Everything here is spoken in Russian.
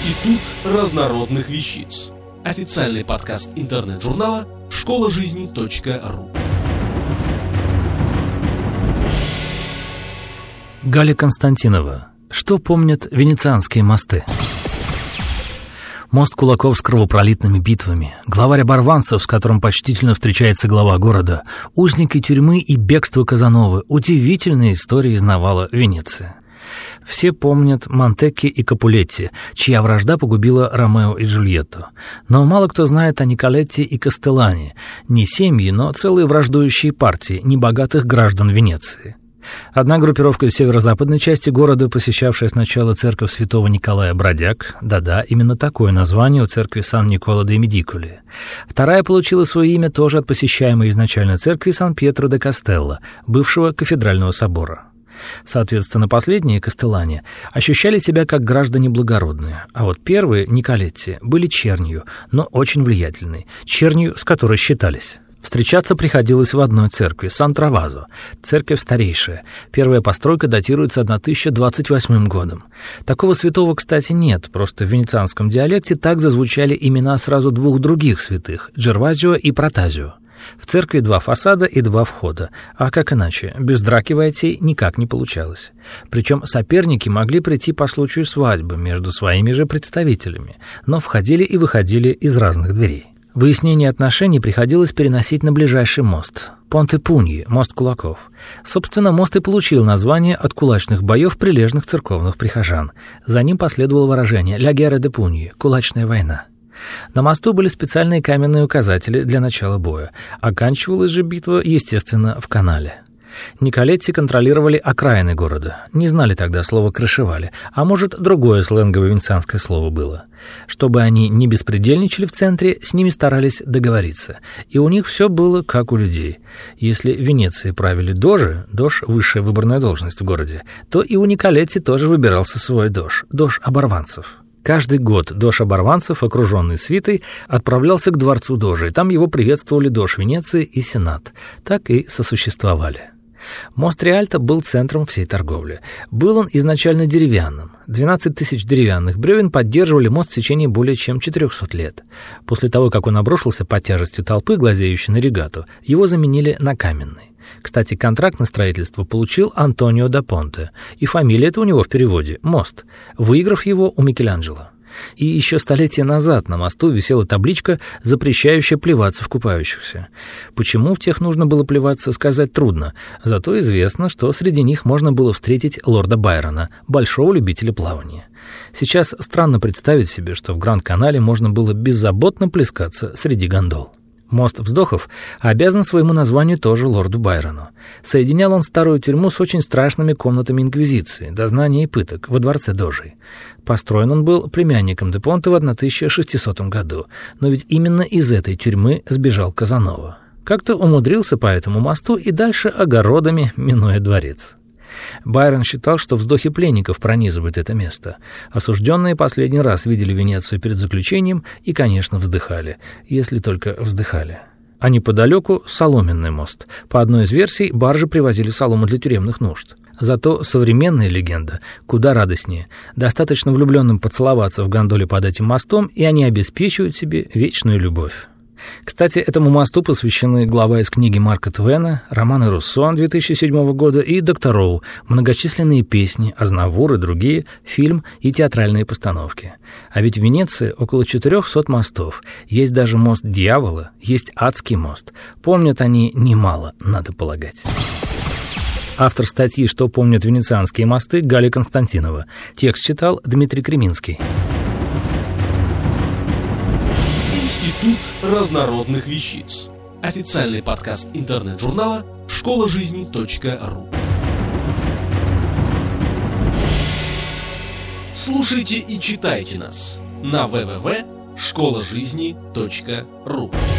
Институт разнородных вещиц. Официальный подкаст интернет-журнала школажизни.ру. Галя Константинова. Что помнят венецианские мосты? Мост кулаков с кровопролитными битвами, главарь оборванцев, с которым почтительно встречается глава города, узники тюрьмы и бегство Казановы — удивительные истории из навала Венеции. Все помнят Монтекки и Капулетти, чья вражда погубила Ромео и Джульетту. Но мало кто знает о Николетти и Кастеллани, не семьи, но целые враждующие партии небогатых граждан Венеции. Одна группировка из северо-западной части города, посещавшая сначала церковь святого Николая Бродяг, да-да, именно такое название у церкви Сан-Никола-де-Медикули. Вторая получила свое имя тоже от посещаемой изначально церкви Сан-Пьетро-де-Кастелло, бывшего кафедрального собора. Соответственно, последние, Кастеллани, ощущали себя как граждане благородные, а вот первые, Николетти, были чернью, но очень влиятельной, чернью, с которой считались. Встречаться приходилось в одной церкви, Сан-Тровазо, церковь старейшая. Первая постройка датируется 1028 годом. Такого святого, кстати, нет, просто в венецианском диалекте так зазвучали имена сразу двух других святых – Джервазио и Протазио. В церкви 2 фасада и 2 входа, а как иначе, без драки войти никак не получалось. Причем соперники могли прийти по случаю свадьбы между своими же представителями, но входили и выходили из разных дверей. Выяснение отношений приходилось переносить на ближайший мост – Понте-Пуньи, мост кулаков. Собственно, мост и получил название от кулачных боев прилежных церковных прихожан. За ним последовало выражение «Ля герра де Пуньи» – «Кулачная война». На мосту были специальные каменные указатели для начала боя. Оканчивалась же битва, естественно, в канале. Николетти контролировали окраины города. Не знали тогда слова «крышевали», а может, другое сленговое венецианское слово было. Чтобы они не беспредельничали в центре, с ними старались договориться. И у них все было как у людей. Если в Венеции правили дожи, дож — высшая выборная должность в городе, то и у Николетти тоже выбирался свой дож оборванцев. Каждый год дож оборванцев, окруженный свитой, отправлялся к дворцу дожи, и там его приветствовали дож Венеции и сенат. Так и сосуществовали. Мост Риальто был центром всей торговли. Был он изначально деревянным. 12 тысяч деревянных бревен поддерживали мост в течение более чем 400 лет. После того, как он обрушился под тяжестью толпы, глазеющей на регату, его заменили на каменный. Кстати, контракт на строительство получил Антонио да Понте, и фамилия эта у него в переводе – «Мост», выиграв его у Микеланджело. И еще столетия назад на мосту висела табличка, запрещающая плеваться в купающихся. Почему в тех нужно было плеваться, сказать трудно, зато известно, что среди них можно было встретить лорда Байрона, большого любителя плавания. Сейчас странно представить себе, что в Гранд-Канале можно было беззаботно плескаться среди гондол. Мост Вздохов обязан своему названию тоже лорду Байрону. Соединял он старую тюрьму с очень страшными комнатами инквизиции, дознания и пыток во дворце дожей. Построен он был племянником де Понте в 1600 году, но ведь именно из этой тюрьмы сбежал Казанова. Как-то умудрился по этому мосту и дальше огородами, минуя дворец. Байрон считал, что вздохи пленников пронизывают это место. Осужденные последний раз видели Венецию перед заключением и, конечно, вздыхали, если только вздыхали. А неподалеку соломенный мост. По одной из версий, баржи привозили солому для тюремных нужд. Зато современная легенда куда радостнее. Достаточно влюбленным поцеловаться в гондоле под этим мостом, и они обеспечивают себе вечную любовь. Кстати, этому мосту посвящены глава из книги Марка Твена, романы Руссо 2007 года и Доктороу, многочисленные песни, Азнавур и другие, фильм и театральные постановки. А ведь в Венеции около 400 мостов. Есть даже мост Дьявола, есть Адский мост. Помнят они немало, надо полагать. Автор статьи «Что помнят венецианские мосты» Галя Константинова. Текст читал Дмитрий Креминский. Институт разнородных вещиц. Официальный подкаст интернет-журнала школажизни.ру. Слушайте и читайте нас на www.школажизни.ру.